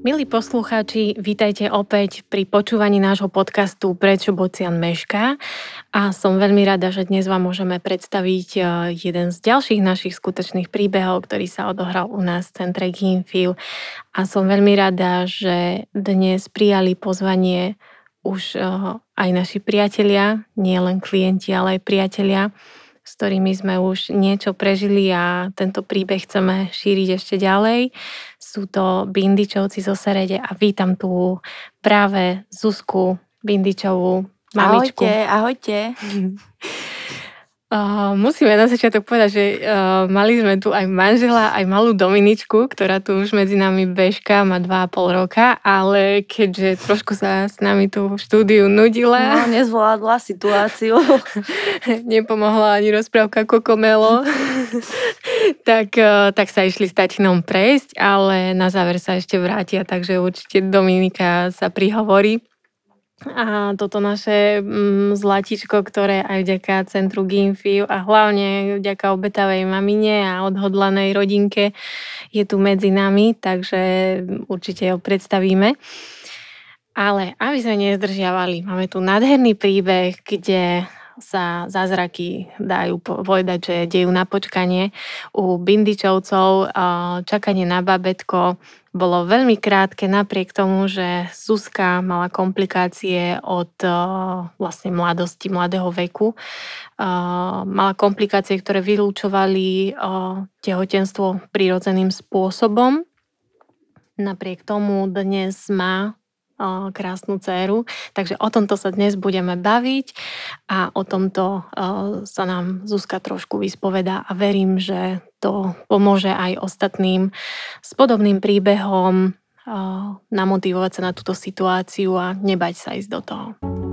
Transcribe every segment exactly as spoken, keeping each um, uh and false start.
Milí poslucháči, vítajte opäť pri počúvaní nášho podcastu Prečo Bocian mešká. A som veľmi rada, že dnes vám môžeme predstaviť eh, jeden z ďalších našich skutočných príbehov, ktorý sa odohral u nás v centre Gimfil. A som veľmi rada, že dnes prijali pozvanie už eh, aj naši priatelia, nie len klienti, ale aj priatelia, s ktorými sme už niečo prežili a tento príbeh chceme šíriť ešte ďalej. Sú to Bindičovci zo Serede a vítam tu práve Zuzku Bindičovú, mamičku. Ahojte, ahojte. Uh, musíme na začiatok povedať, že uh, mali sme tu aj manžela, aj malú Dominičku, ktorá tu už medzi nami bežka, má dva a pol roka, ale keďže trošku sa s nami tu v štúdiu nudila. No, nezvládla situáciu. Nepomohla ani rozprávka Kokomelo. tak, uh, tak sa išli s tatinom prejsť, ale na záver sa ešte vrátia, takže určite Dominika sa prihovorí. A toto naše mm, zlatičko, ktoré aj vďaka centru Gimfil a hlavne vďaka obetavej mamine a odhodlanej rodinke je tu medzi nami, takže určite ho predstavíme. Ale aby sme nezdržiavali, máme tu nádherný príbeh, kde sa zázraky dajú povedať, že dejú na počkanie. U Bindičovcov čakanie na babetko bolo veľmi krátke napriek tomu, že Zuzka mala komplikácie od vlastne mladosti, mladého veku. Mala komplikácie, ktoré vylúčovali tehotenstvo prirodzeným spôsobom. Napriek tomu dnes má krásnu dcéru. Takže o tomto sa dnes budeme baviť a o tomto sa nám Zuzka trošku vyspovedá a verím, že to pomôže aj ostatným s podobným príbehom namotivovať sa na túto situáciu a nebať sa ísť do toho.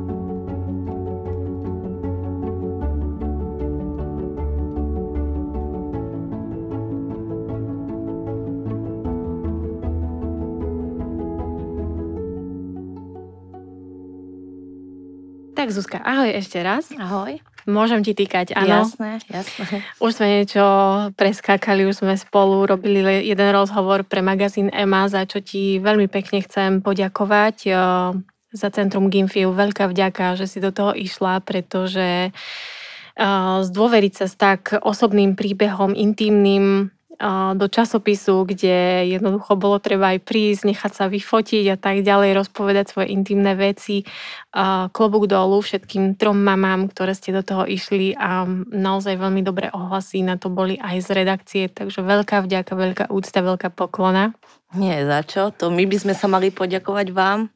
Tak Zuzka, ahoj ešte raz. Ahoj. Môžem ti týkať, áno? Jasné, jasné. Už sme niečo preskákali, už sme spolu robili jeden rozhovor pre magazín Ema, za čo ti veľmi pekne chcem poďakovať. Za centrum Gimfil veľká vďaka, že si do toho išla, pretože zdôveriť sa s tak osobným príbehom, intímnym do časopisu, kde jednoducho bolo treba aj prísť, nechať sa vyfotiť a tak ďalej, rozpovedať svoje intimné veci. Klobúk dolu všetkým trom mamám, ktoré ste do toho išli a naozaj veľmi dobré ohlasy na to boli aj z redakcie, takže veľká vďaka, veľká úcta, veľká poklona. Nie za čo, to my by sme sa mali poďakovať vám.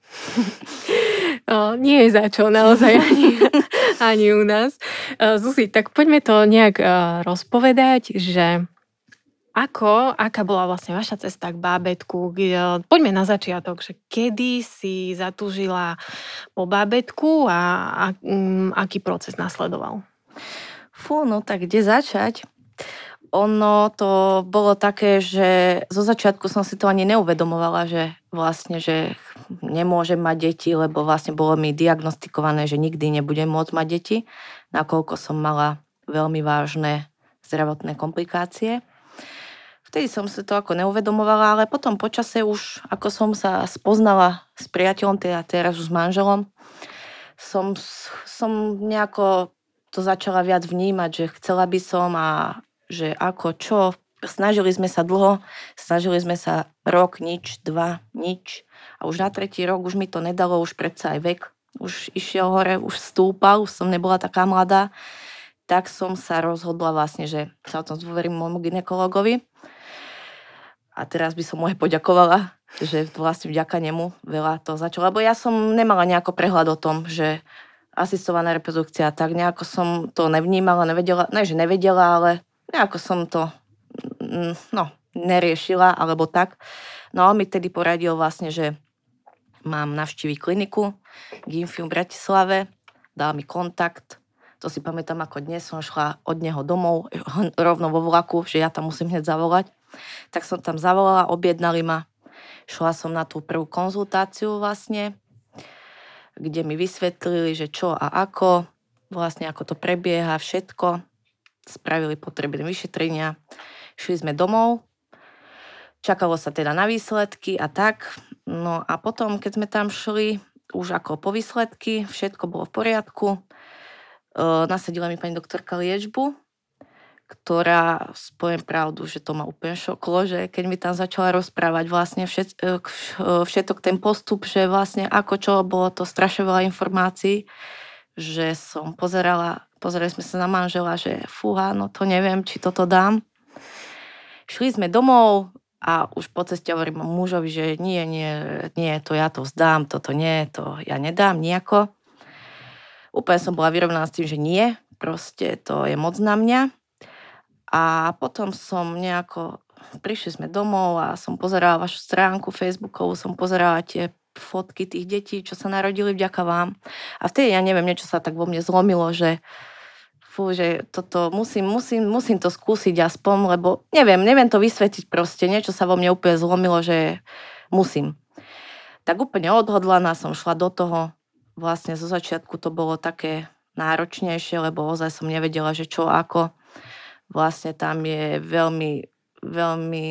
O, nie je za čo, naozaj ani, ani u nás. Zuzi, tak poďme to nejak rozpovedať, že Ako, aká bola vlastne vaša cesta k bábätku? Poďme na začiatok, že kedy si zatúžila po bábätku a, a um, aký proces nasledoval? Fú, no tak kde začať? Ono to bolo také, že zo začiatku som si to ani neuvedomovala, že vlastne, že nemôžem mať deti, lebo vlastne bolo mi diagnostikované, že nikdy nebudem môcť mať deti, nakoľko som mala veľmi vážne zdravotné komplikácie. Vtedy som si to ako neuvedomovala, ale potom počase už, ako som sa spoznala s priateľom, teda teraz už s manželom, som, som nejako to začala viac vnímať, že chcela by som a že ako, čo. Snažili sme sa dlho, snažili sme sa rok, nič, dva, nič. A už na tretí rok už mi to nedalo, už predsa aj vek už išiel hore, už stúpal, už som nebola taká mladá. Tak som sa rozhodla vlastne, že sa o tom zdôverím môjmu gynekologovi. A teraz by som mu aj poďakovala, že vlastne vďaka nemu veľa to začalo. Lebo ja som nemala nejako prehľad o tom, že asistovaná reprodukcia, tak nejako som to nevnímala, nevedela, ne, že nevedela, ale nejako som to no, neriešila, alebo tak. No a on mi tedy poradil vlastne, že mám navštíviť kliniku Gimfil v Bratislave, dal mi kontakt. To si pamätám, ako dnes som šla od neho domov, rovno vo vlaku, že ja tam musím hneď zavolať. Tak som tam zavolala, objednali ma. Šla som na tú prvú konzultáciu vlastne, kde mi vysvetlili, že čo a ako, vlastne ako to prebieha, všetko. Spravili potrebné vyšetrenia. Šli sme domov. Čakalo sa teda na výsledky a tak. No a potom, keď sme tam šli, už ako po výsledky, všetko bolo v poriadku. E, nasadila mi pani doktorka liečbu, ktorá, poviem pravdu, že to ma úplne šoklo, že keď mi tam začala rozprávať vlastne všet, všetok ten postup, že vlastne ako čo, bolo to strašne veľa informácií, že som pozerala, pozerali sme sa na manžela, že fúha, no to neviem, či toto dám. Šli sme domov a už po ceste hovorím mužovi, že nie, nie, nie, to ja to vzdám, toto nie, to ja nedám nejako. Úplne som bola vyrovnaná s tým, že nie, proste to je moc na mňa. A potom som nejako, prišli sme domov a som pozerala vašu stránku facebookovú, som pozerala tie fotky tých detí, čo sa narodili vďaka vám. A vtedy, ja neviem, niečo sa tak vo mne zlomilo, že fú, že toto musím, musím, musím to skúsiť aspoň, lebo neviem, neviem to vysvetiť proste. Niečo sa vo mne úplne zlomilo, že musím. Tak úplne odhodlaná som šla do toho. Vlastne zo začiatku to bolo také náročnejšie, lebo ozaj som nevedela, že čo ako. Vlastne tam je veľmi, veľmi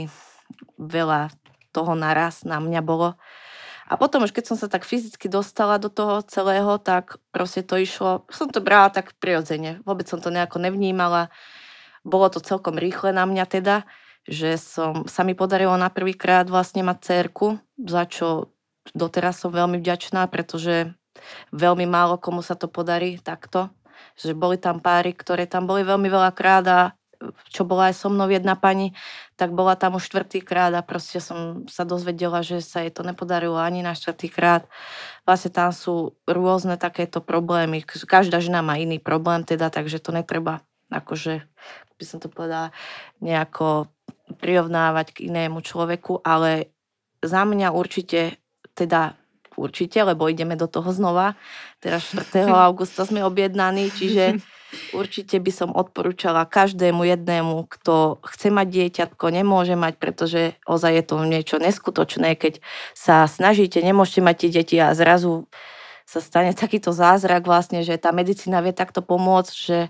veľa toho naraz na mňa bolo. A potom už keď som sa tak fyzicky dostala do toho celého, tak proste to išlo, som to brala tak prirodzene. Vôbec som to nejako nevnímala. Bolo to celkom rýchle na mňa teda, že som, sa mi podarilo na prvýkrát vlastne mať dcérku, za čo doteraz som veľmi vďačná, pretože veľmi málo komu sa to podarí takto. Že boli tam páry, ktoré tam boli veľmi veľakrát a čo bola aj so mnou jedna pani, tak bola tam už štvrtýkrát a proste som sa dozvedela, že sa jej to nepodarilo ani na štvrtýkrát. Vlastne tam sú rôzne takéto problémy. Každá žena má iný problém teda, takže to netreba akože, by som to povedala, nejako prirovnávať k inému človeku, ale za mňa určite, teda určite, lebo ideme do toho znova. Teraz štvrtého augusta sme objednaní, čiže určite by som odporúčala každému jednému, kto chce mať dieťatko, nemôže mať, pretože ozaj je to niečo neskutočné, keď sa snažíte, nemôžete mať tie deti a zrazu sa stane takýto zázrak vlastne, že tá medicína vie takto pomôcť, že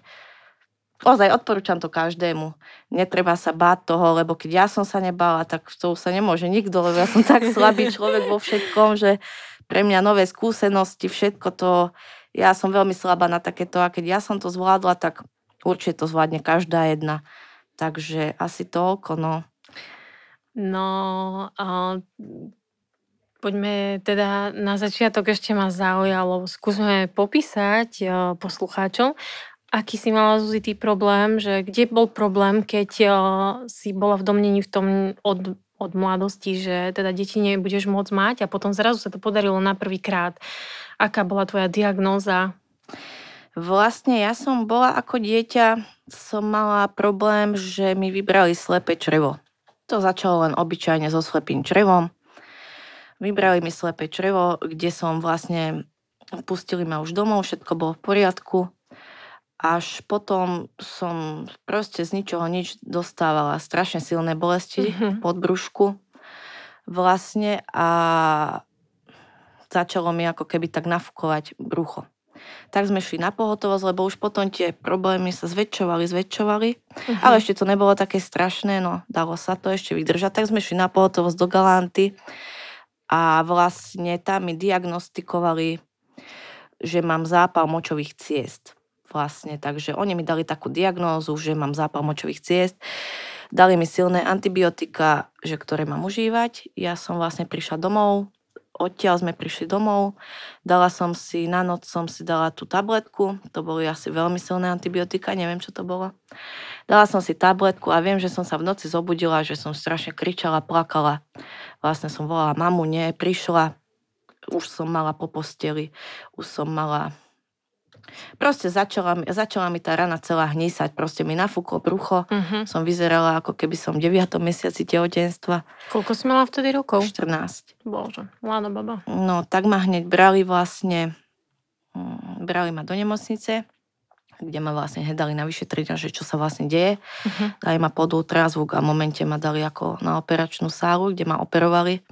ozaj odporúčam to každému. Netreba sa báť toho, lebo keď ja som sa nebála, tak to sa nemôže nikto, lebo ja som tak slabý človek vo všetkom, že pre mňa nové skúsenosti, všetko to, ja som veľmi slabá na takéto a keď ja som to zvládla, tak určite to zvládne každá jedna. Takže asi toľko, no. No, a poďme teda na začiatok, ešte ma zaujalo, skúsme popísať uh, poslucháčom, aký si mala, Zuzi, ty problém, že kde bol problém, keď uh, si bola v domnení v tom od od mladosti, že teda deti nebudeš môcť mať a potom zrazu sa to podarilo na prvýkrát. Aká bola tvoja diagnóza? Vlastne ja som bola ako dieťa, som mala problém, že mi vybrali slepé črevo. To začalo len obyčajne so slepým črevom. Vybrali mi slepé črevo, kde som vlastne, pustili ma už domov, všetko bolo v poriadku. Až potom som proste z ničoho nič dostávala strašne silné bolesti mm-hmm. v podbrušku vlastne a začalo mi ako keby tak nafúkovať brucho. Tak sme šli na pohotovosť, lebo už potom tie problémy sa zväčšovali, zväčšovali, mm-hmm. ale ešte to nebolo také strašné, no dalo sa to ešte vydržať. Tak sme šli na pohotovosť do Galanty a vlastne tam mi diagnostikovali, že mám zápal močových ciest. Vlastne, takže oni mi dali takú diagnózu, že mám zápal močových ciest. Dali mi silné antibiotika, že ktoré mám užívať. Ja som vlastne prišla domov, odtiaľ sme prišli domov. Dala som si, na noc som si dala tú tabletku. To boli asi veľmi silné antibiotika, neviem, čo to bolo. Dala som si tabletku a viem, že som sa v noci zobudila, že som strašne kričala, plakala. Vlastne som volala mamu, nie, prišla. Už som mala po posteli, už som mala... Proste začala, začala mi tá rana celá hnísať, proste mi nafúklo brucho, uh-huh. som vyzerala ako keby som v deviatom mesiaci tehotenstva. Koľko si mala vtedy rokov? štrnásť. Bože, mladá baba. No, tak ma hneď brali vlastne, brali ma do nemocnice, kde ma vlastne dali na vyšetrenia, že čo sa vlastne deje. Uh-huh. Dali ma pod ultrazvuk a v momente ma dali ako na operačnú sálu, kde ma operovali.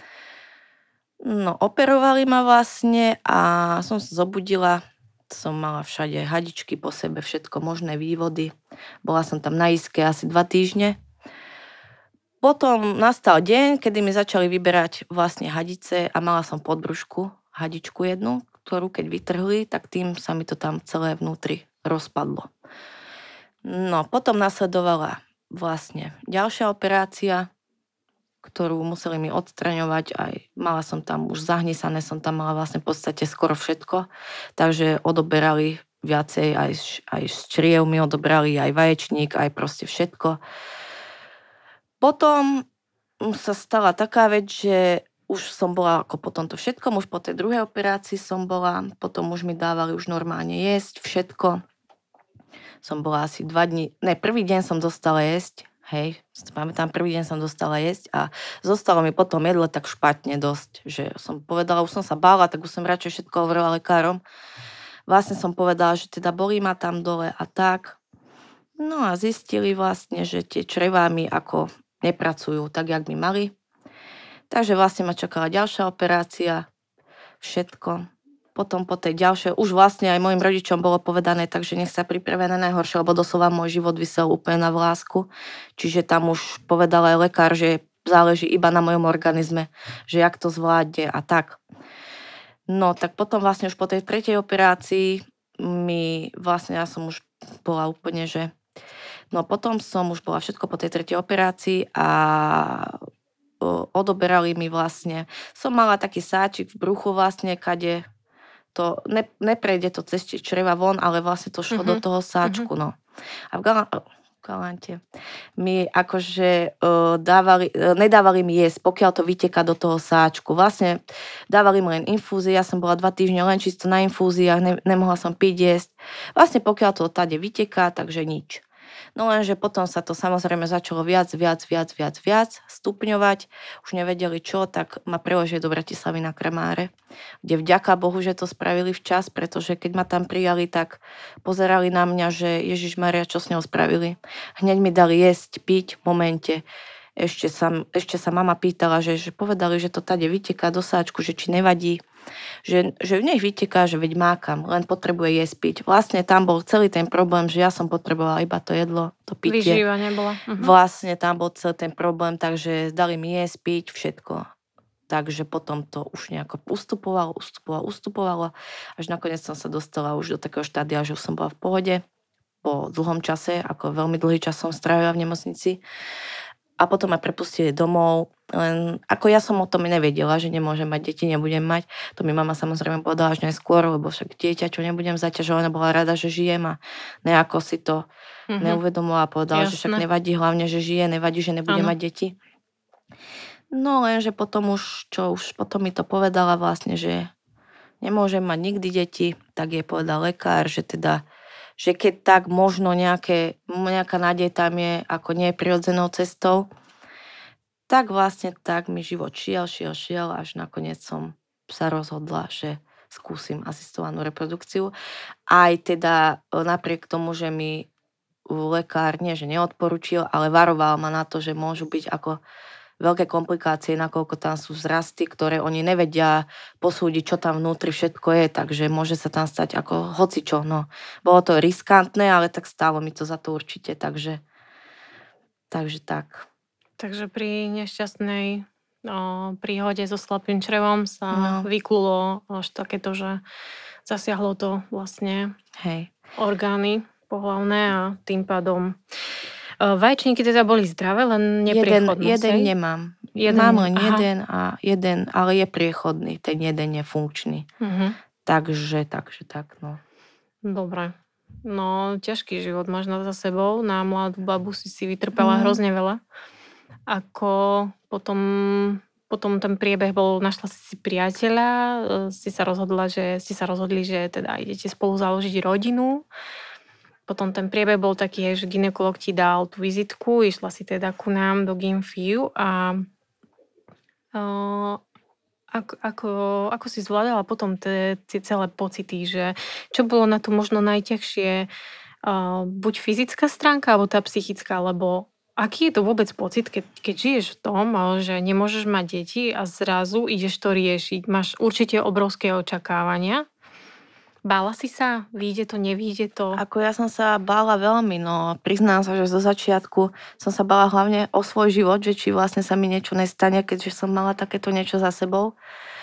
No, operovali ma vlastne a som sa zobudila. Som mala všade hadičky po sebe, všetko možné vývody. Bola som tam na iske asi dva týždne. Potom nastal deň, kedy mi začali vyberať vlastne hadice a mala som pod brúšku hadičku jednu, ktorú keď vytrhli, tak tým sa mi to tam celé vnútri rozpadlo. No, potom nasledovala vlastne ďalšia operácia, ktorú museli mi odstraňovať. Aj mala som tam už zahnisané, som tam mala vlastne v podstate skoro všetko. Takže odoberali viacej, aj, aj z čriev mi odobrali, aj vaječník, aj proste všetko. Potom sa stala taká vec, že už som bola ako po tomto všetkom, už po tej druhej operácii som bola, potom už mi dávali už normálne jesť, všetko. Som bola asi dva dni, ne, prvý deň som dostala jesť, hej, pamätám, prvý deň som dostala jesť a zostalo mi potom jedle tak špatne dosť, že som povedala, už som sa bála, tak už som radšej všetko hovorila lekárom. Vlastne som povedala, že teda bolí ma tam dole a tak. No a zistili vlastne, že tie črevá mi ako nepracujú tak, jak by mali. Takže vlastne ma čakala ďalšia operácia, všetko. Potom po tej ďalšej, už vlastne aj mojim rodičom bolo povedané, takže nech sa pripravia na najhoršie, lebo doslova môj život visel úplne na vlásku. Čiže tam už povedal aj lekár, že záleží iba na mojom organizme, že jak to zvládne a tak. No tak potom vlastne už po tej tretej operácii mi vlastne ja som už bola úplne, že no potom som už bola všetko po tej tretej operácii a odoberali mi vlastne, som mala taký sáčik v bruchu vlastne, kade to ne, neprejde to cez čreva von, ale vlastne to šlo uh-huh. do toho sáčku, uh-huh. no. A v Gala, Galante mi akože uh, dávali, uh, nedávali mi jesť, pokiaľ to vyteká do toho sáčku. Vlastne dávali mi len infúzie, ja som bola dva týždne len čisto na infúziách, ne, nemohla som piť, jesť. Vlastne pokiaľ to tade vyteká, takže nič. No lenže potom sa to samozrejme začalo viac, viac, viac, viac, viac stupňovať. Už nevedeli čo, tak ma preložili do Bratislavy na Kramáre, kde vďaka Bohu, že to spravili včas, pretože keď ma tam prijali, tak pozerali na mňa, že Ježišmaria, čo s ňou spravili. Hneď mi dali jesť, piť v momente. Ešte sa, ešte sa mama pýtala, že, že povedali, že to tade vyteká do sáčku, že či nevadí. Že, že v nej vyteká, že veď mákam, len potrebuje jesť piť. Vlastne tam bol celý ten problém, že ja som potrebovala iba to jedlo, to pitie. Výživa nebola. Uh-huh. Vlastne tam bol celý ten problém, takže dali mi jesť, piť, všetko. Takže potom to už nejako ustupovalo, ustupovalo, ustupovalo, až nakoniec som sa dostala už do takého štádia, že už som bola v pohode po dlhom čase, ako veľmi dlhý čas som strávila v nemocnici. A potom ma prepustili domov, len ako ja som o tom nevedela, že nemôžem mať deti, nebudem mať. To mi mama samozrejme povedala až neskôr, lebo však dieťa, čo nebudem zaťažovať, ona bola rada, že žijem a nejako si to mm-hmm. neuvedomovala a povedala, Jasné. Že však nevadí hlavne, že žije, nevadí, že nebude ano. Mať deti. No lenže potom už, čo už potom mi to povedala vlastne, že nemôžem mať nikdy deti, tak jej povedal lekár, že teda že keď tak možno nejaké, nejaká nádej tam je, ako nie je prirodzenou cestou, tak vlastne tak mi život šiel, šiel, šiel, až nakoniec som sa rozhodla, že skúsim asistovanú reprodukciu. Aj teda napriek tomu, že mi lekár nie, že neodporučil, ale varoval ma na to, že môžu byť ako veľké komplikácie, nakoľko tam sú vzrasty, ktoré oni nevedia posúdiť, čo tam vnútri všetko je, takže môže sa tam stať ako hocičo. No. Bolo to riskantné, ale tak stálo mi to za to určite, takže, takže tak. Takže pri nešťastnej o, príhode so slabým črevom sa no. vyklulo až takéto, že zasiahlo to vlastne Hej. orgány pohlavné a tým pádom vaječníky teda boli zdravé, len nepriechodné. Jeden, jeden nemám. Jeden, Mám len aha. jeden a jeden, ale je priechodný. Ten jeden je funkčný. Uh-huh. Takže, takže tak, no. Dobre. No, ťažký život máš za sebou. Na mladú babu si si vytrpela uh-huh. hrozne veľa. Ako potom, potom ten priebeh bol, našla si si priateľa, si sa rozhodla, že ste sa rozhodli, že teda idete spolu založiť rodinu. Potom ten priebeh bol taký, že gynekolog ti dal tú vizitku, išla si teda ku nám do Gymfiu a uh, ako, ako, ako si zvládala potom tie celé pocity, že čo bolo na to možno najťažšie, uh, buď fyzická stránka, alebo tá psychická, lebo aký je to vôbec pocit, keď, keď žiješ v tom, že nemôžeš mať deti a zrazu ideš to riešiť. Máš určite obrovské očakávania. Bála si sa? Vyjde to, nevyjde to? Ako ja som sa bála veľmi, no priznám sa, že zo začiatku som sa bála hlavne o svoj život, že či vlastne sa mi niečo nestane, keďže som mala takéto niečo za sebou.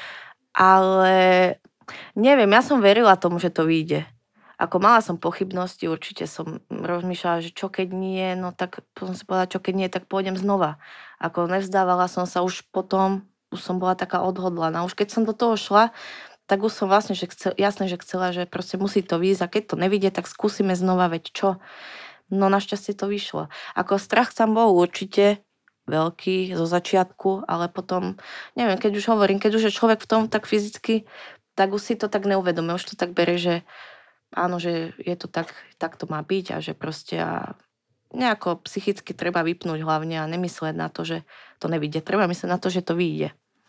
Ale neviem, ja som verila tomu, že to vyjde. Ako mala som pochybnosti, určite som rozmýšľala, že čo keď nie, no tak som si povedala, čo keď nie, tak pôjdem znova. Ako nevzdávala som sa už potom, už som bola taká odhodlaná. Už keď som do toho šla, tak už som vlastne, že chcel, jasné, že chcela, že proste musí to výjsť a keď to nevidie, tak skúsime znova, veď čo. No našťastie to vyšlo. Ako strach tam bol určite veľký zo začiatku, ale potom, neviem, keď už hovorím, keď už je človek v tom tak fyzicky, tak už si to tak neuvedomuje, už to tak bere, že áno, že je to tak, tak to má byť a že proste a nejako psychicky treba vypnúť hlavne a nemyslieť na to, že to nevidie. Treba myslieť na to, že to vyjde.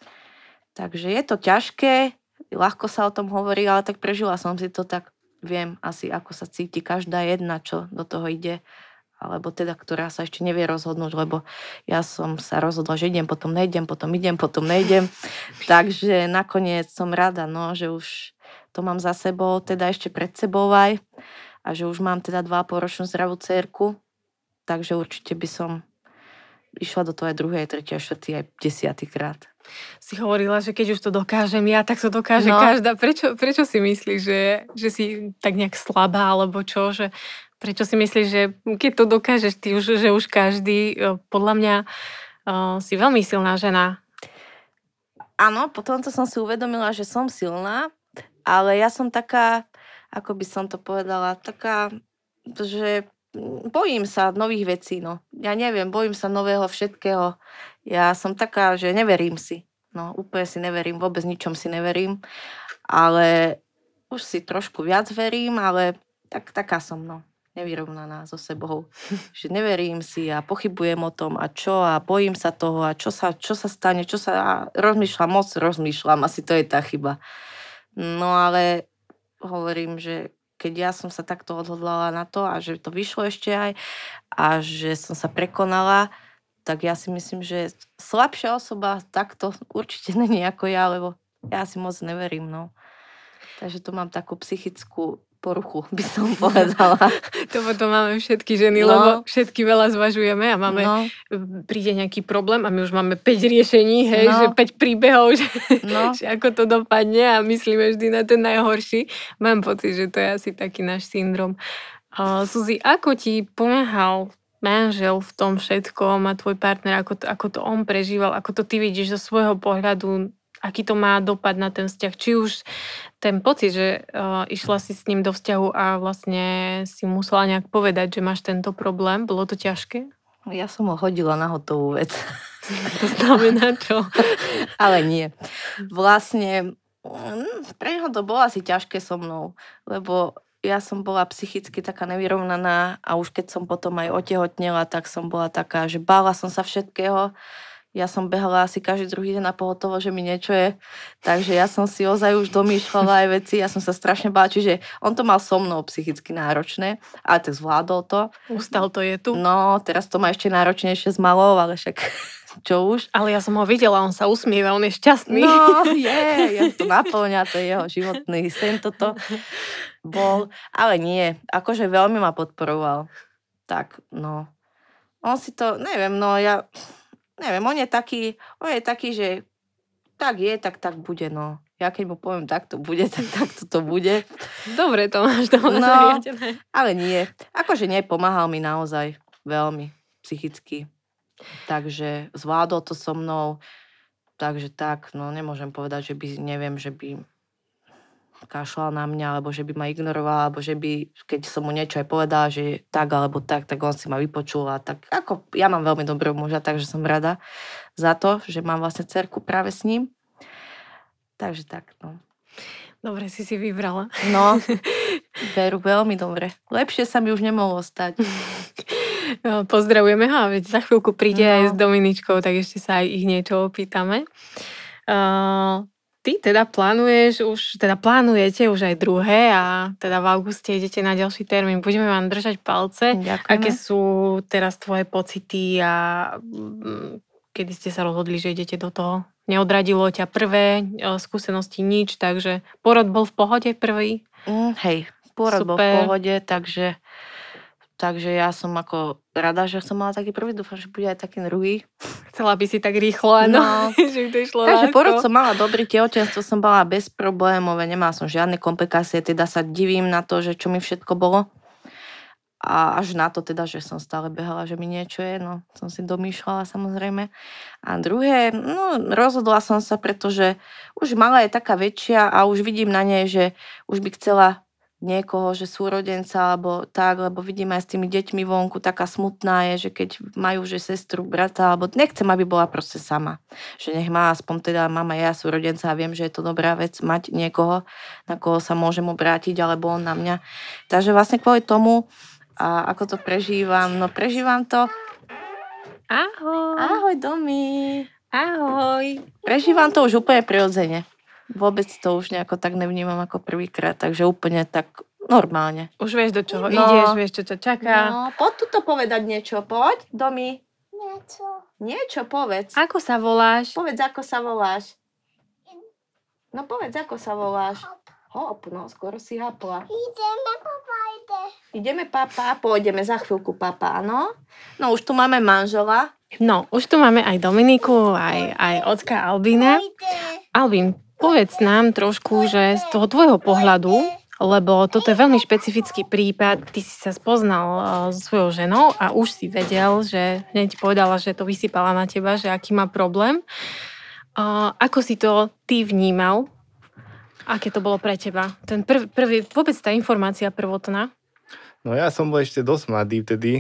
Takže je to ťažké, ľahko sa o tom hovorí, ale tak prežila som si to, tak viem asi, ako sa cíti každá jedna, čo do toho ide, alebo teda, ktorá sa ešte nevie rozhodnúť, lebo ja som sa rozhodla, že idem, potom nejdem, potom idem, potom nejdem. Takže nakoniec som rada, no, že už to mám za sebou, teda ešte pred sebou aj, a že už mám teda dva a pol ročnú zdravú dcérku, takže určite by som išla do toho aj druhej, tretia, štvrtý, aj desiatý krát. Si hovorila, že keď už to dokážem ja, tak to dokáže No. každá. Prečo, prečo si myslíš, že, že si tak nejak slabá, alebo čo? Že, prečo si myslíš, že keď to dokážeš ty už, že už každý, podľa mňa uh, si veľmi silná žena. Áno, potom to som si uvedomila, že som silná, ale ja som taká, ako by som to povedala, taká, že bojím sa nových vecí, no. Ja neviem, bojím sa nového všetkého. Ja som taká, že neverím si. No, úplne si neverím, vôbec ničom si neverím. Ale už si trošku viac verím, ale tak, taká som, no. Nevyrovnaná so sebou. Že neverím si a pochybujem o tom a čo a bojím sa toho a čo sa, čo sa stane, čo sa... A rozmýšľam, moc rozmýšľam, asi to je tá chyba. No ale hovorím, že keď ja som sa takto odhodlala na to a že to vyšlo ešte aj a že som sa prekonala, tak ja si myslím, že slabšia osoba takto určite není ako ja, lebo ja si moc neverím, no. Takže to mám takú psychickú poruchu, by som povedala. To potom máme všetky ženy, No. lebo všetky veľa zvažujeme a máme, No, príde nejaký problém a my už máme päť riešení, hej, No. že päť príbehov, že, no, že ako to dopadne a myslíme vždy na ten najhorší. Mám pocit, že to je asi taký náš syndrom. Uh, Suzi, ako ti pomáhal manžel v tom všetkom a tvoj partner, ako to, ako to on prežíval, ako to ty vidíš zo svojho pohľadu, aký to má dopad na ten vzťah? Či už ten pocit, že uh, išla si s ním do vzťahu a vlastne si musela nejak povedať, že máš tento problém, bolo to ťažké? ja som ho hodila na hotovú vec. To znamená čo? Ale nie. Vlastne mm, pre neho to bolo asi ťažké so mnou, lebo ja som bola psychicky taká nevyrovnaná a už keď som potom aj otehotnela, tak som bola taká, že bála som sa všetkého. Ja som behala asi každý druhý deň na pohotovo, že mi niečo je. Takže ja som si ozaj už domýšľala aj veci. Ja som sa strašne bála. Čiže on to mal so mnou psychicky náročné, ale tak zvládol to. Ustal to je tu. No, teraz to má ešte náročnejšie s malou, ale však čo už. Ale ja som ho videla, on sa usmieva, on je šťastný. No, je, ja to naplňa, to je jeho životný sen toto bol. Ale nie, akože veľmi ma podporoval. Tak, no. On si to, neviem, no ja... Neviem, on je taký, on je taký, že tak je, tak tak bude, no. Ja keď mu poviem, tak to bude, tak tak to bude. Dobre to máš doma No. zariadené. Ale nie. Akože nie, pomáhal mi naozaj veľmi psychicky. Takže zvládol to so mnou. Takže tak, no nemôžem povedať, že by, neviem, že by kašľal na mňa, alebo že by ma ignoroval, alebo že by, keď som mu niečo aj povedala, že tak alebo tak, tak on si ma vypočul a tak ako, ja mám veľmi dobrého muža, takže som rada za to, že mám vlastne dcerku práve s ním. Takže tak, no. Dobre si si vybrala. No, veru, veľmi dobre. Lepšie sa mi už nemohlo stať. No, pozdravujeme ho a veď za chvíľku príde No. aj s Dominičkou, tak ešte sa aj ich niečo opýtame. Uh, ty teda plánuješ už, teda plánujete už aj druhé a teda v auguste idete na ďalší termín. Budeme vám držať palce. Ďakujeme. Aké sú teraz tvoje pocity a mm, kedy ste sa rozhodli, že idete do toho? Neodradilo ťa prvé e, skúsenosti nič, takže porod bol v pohode prvý? Mm, hej, pôrod bol v Super. pohode, takže, takže ja som ako rada, že som mala taký prvý, dúfam, že bude aj taký druhý. Chcela by si tak rýchlo, áno, No. že by to išlo Takže ľahko. porod som mala dobrý, tehotenstvo som mala bezproblémové, nemala som žiadne komplikácie, teda sa divím na to, že čo mi všetko bolo. A až na to teda, že som stále behala, že mi niečo je, no som si domýšľala samozrejme. A druhé, no rozhodla som sa, pretože už mala je taká väčšia a už vidím na nej, že už by chcela niekoho, že súrodenca alebo tak, lebo vidím aj s tými deťmi vonku, taká smutná je, že keď majú že sestru, brata, alebo nechcem, aby bola proste sama. Že nech má aspoň teda mama ja súrodenca a viem, že je to dobrá vec mať niekoho, na koho sa môžem obrátiť, alebo on na mňa. Takže vlastne kvôli tomu, a ako to prežívam, no prežívam to. Ahoj. Ahoj, Domi. Ahoj. Prežívam to už úplne prirodzene. Vôbec to už nejako tak nevnímam ako prvýkrát, takže úplne tak normálne. Už vieš, do čoho No. ideš, vieš, čo ťa čaká. No, poď tuto povedať niečo, poď, Domi. Niečo. Niečo povedz. Ako sa voláš? Povedz, ako sa voláš. No povedz, ako sa voláš. Hop, no, skoro si hapla. Ideme po bajde. Ideme, papa, pôjdeme za chvíľku, papa, áno? No, už tu máme manžela. No, už tu máme aj Dominiku, aj, aj ocka Albína. Bajde. Albín, povedz nám trošku, že z toho tvojho pohľadu, lebo toto je veľmi špecifický prípad, ty si sa spoznal uh, so svojou ženou a už si vedel, že hneď povedala, že to vysypala na teba, že aký má problém. Uh, ako si to ty vnímal? Aké to bolo pre teba? Ten prv, prvý, vôbec tá informácia prvotná? No ja som bol ešte dosť mladý vtedy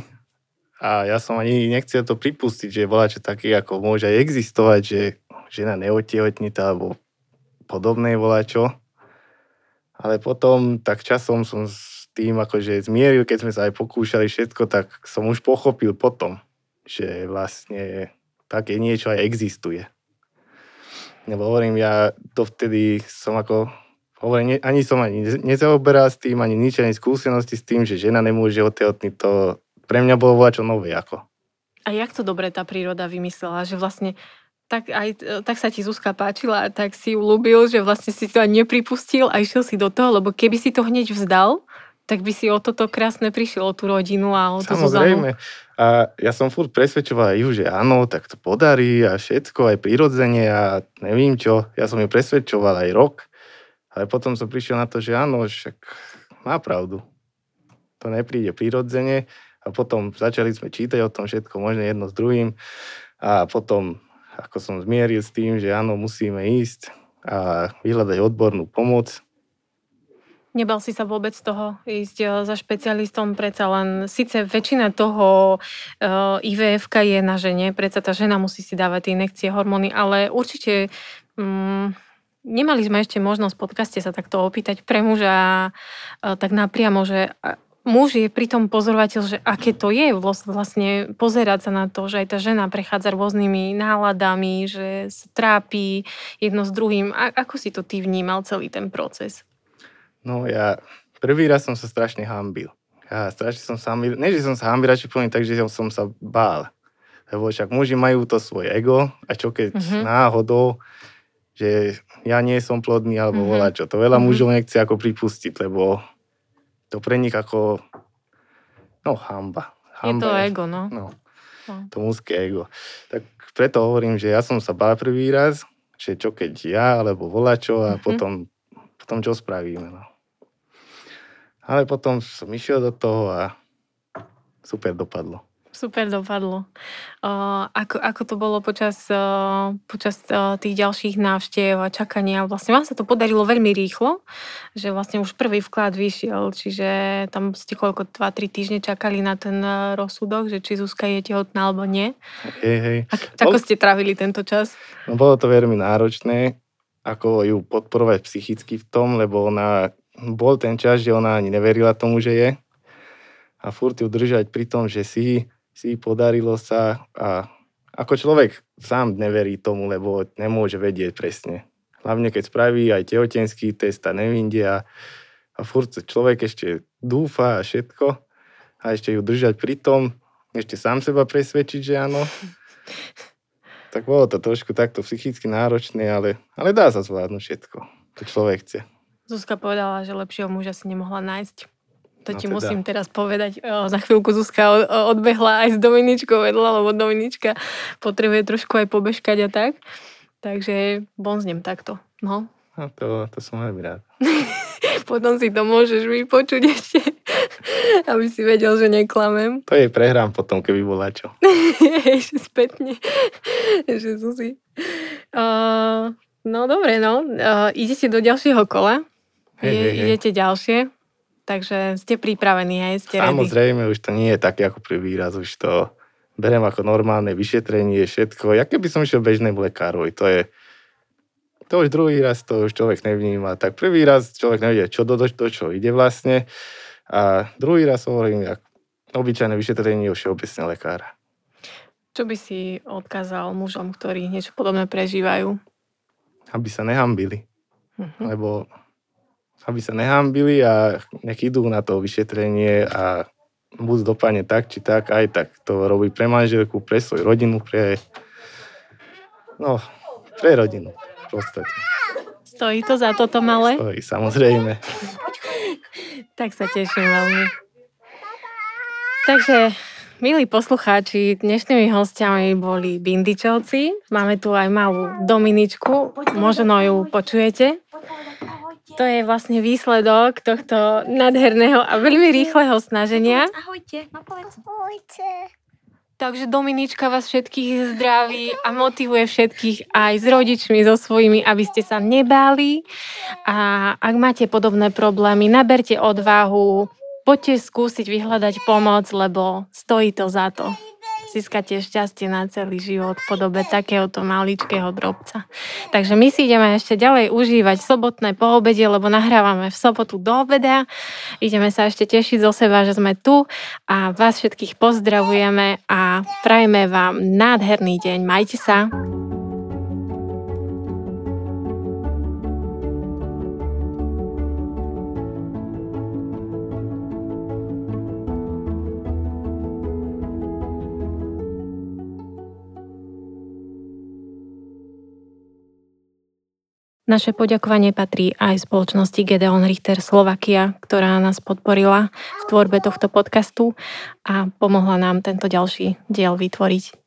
a ja som ani nechcel to pripustiť, že voláče taký, ako môže aj existovať, že žena neotehotnita alebo podobné voláčo. Ale potom tak časom som s tým akože zmieril, keď sme sa aj pokúšali všetko, tak som už pochopil potom, že vlastne také niečo aj existuje. Lebo hovorím, ja to vtedy som ako, hovorím, ani som ani nezaoberal s tým, ani nič, ani skúsenosti s tým, že žena nemôže otehotniť, to pre mňa bolo voľačo nové ako. A jak to dobre tá príroda vymyslela, že vlastne tak, aj, tak sa ti Zuzka páčila, tak si ju ľúbil, že vlastne si to ani nepripustil a išiel si do toho, lebo keby si to hneď vzdal, tak by si o toto krásne prišiel, o tú rodinu a o tú Zuzanu. Samozrejme. A ja som furt presvedčoval aj ju, že áno, tak to podarí a všetko, aj prirodzene a nevím čo. Ja som ju presvedčoval aj rok, ale potom som prišiel na to, že áno, však má pravdu. To nepríde prirodzene a potom začali sme čítať o tom všetko, možno jedno s druhým a potom, ako som zmieril s tým, že áno, musíme ísť a vyhľadať odbornú pomoc. Nebal si sa vôbec toho ísť za špecialistom, predsa len síce väčšina toho uh, í vé efka je na žene, predsa tá žena musí si dávať tie injekcie, hormóny, ale určite um, nemali sme ešte možnosť v podcaste sa takto opýtať pre muža uh, tak napriamo, že uh, muž je pritom pozorovateľ, že aké to je vlastne pozerať sa na to, že aj tá žena prechádza rôznymi náladami, že sa trápi jedno s druhým. A ako si to ty vnímal celý ten proces? No ja prvý raz som sa strašne hanbil. Ja strašne som sa hanbil. Nie, že som sa hanbil, radšej poviem tak, že som sa bál. Lebo však muži majú to svoje ego a čo keď Mhm. náhodou, že ja nie som plodný alebo Mhm. voľačo. To veľa Mhm. mužov nechce ako pripustiť, lebo to pre nich ako no hamba. Je Hamba to ego, no. No, No. to mužské ego. Tak preto hovorím, že ja som sa bál prvý raz, že čo keď ja alebo voľačo a Mhm. potom, potom čo spravíme. No. Ale potom som išiel do toho a super dopadlo. Super dopadlo. Uh, ako, ako to bolo počas, uh, počas uh, tých ďalších návštev a čakania? Vlastne vám sa to podarilo veľmi rýchlo, že vlastne už prvý vklad vyšiel, čiže tam ste koľko, dva tri týždne čakali na ten uh, rozsudok, že či Zuzka je tehotná alebo nie. Hej, hej. Ak, ako ste trávili tento čas? No bolo to veľmi náročné, ako ju podporovať psychicky v tom, lebo ona, bol ten čas, že ona ani neverila tomu, že je. A furt ju držať pri tom, že si, si podarilo sa a ako človek sám neverí tomu, lebo nemôže vedieť presne. Hlavne keď spraví aj tehotenský test a nevinde a, a furt človek ešte dúfa a všetko a ešte ju držať pri tom, ešte sám seba presvedčiť, že áno. tak bolo to trošku takto psychicky náročné, ale, ale dá sa zvládnuť všetko. To človek chce. Zuzka povedala, že lepšieho muža si nemohla nájsť. To No ti teda. musím teraz povedať. O, za chvíľku Zuzka o- o- odbehla aj s Dominičkou vedľa, lebo Dominička potrebuje trošku aj pobežkať a tak. Takže bonznem takto. No. No to, to som veľmi rád. Potom si to môžeš vypočuť ešte, aby si vedel, že neklamem. To jej prehrám potom, keby bola čo. Ešte spätne. Že Zuzi. Uh, no dobre, no. Uh, idete do ďalšieho kola. Hej, Je, hej, hej. idete ďalšie. Takže ste pripravení, aj ste ready. Samozrejme, už to nie je také ako prvý raz, už to berem ako normálne vyšetrenie, všetko. Ja keby som išiel bežnému lekárovi, to je, to už druhý raz to už človek nevníma. Tak prvý raz človek nevie, čo do, do, do čo ide vlastne. A druhý raz hovorím, jak obyčajné vyšetrenie u všeobecného lekára. Čo by si odkázal mužom, ktorí niečo podobné prežívajú? Aby sa nehambili. Mhm. Lebo aby sa nehambili a nech idú na to vyšetrenie a buď dopadne tak, či tak, aj tak to robí pre manželku, pre svoju rodinu, pre... No, pre rodinu v podstate. Stojí to za toto malé? Stojí, samozrejme. Tak sa teším veľmi. Takže, milí poslucháči, dnešnými hostiami boli Bindičovci. Máme tu aj malú Dominičku, možno ju počujete. To je vlastne výsledok tohto nádherného a veľmi rýchleho snaženia. Ahojte, no povedz. Ahojte. Takže Dominička vás všetkých zdraví a motivuje všetkých aj s rodičmi, so svojimi, aby ste sa nebáli. A ak máte podobné problémy, naberte odvahu, poďte skúsiť vyhľadať pomoc, lebo stojí to za to. Získate šťastie na celý život v podobe takéhoto maličkého drobca. Takže my si ideme ešte ďalej užívať sobotné poobede, lebo nahrávame v sobotu do obeda. Ideme sa ešte tešiť zo seba, že sme tu a vás všetkých pozdravujeme a prajeme vám nádherný deň. Majte sa. Naše poďakovanie patrí aj spoločnosti Gedeon Richter Slovakia, ktorá nás podporila v tvorbe tohto podcastu a pomohla nám tento ďalší diel vytvoriť.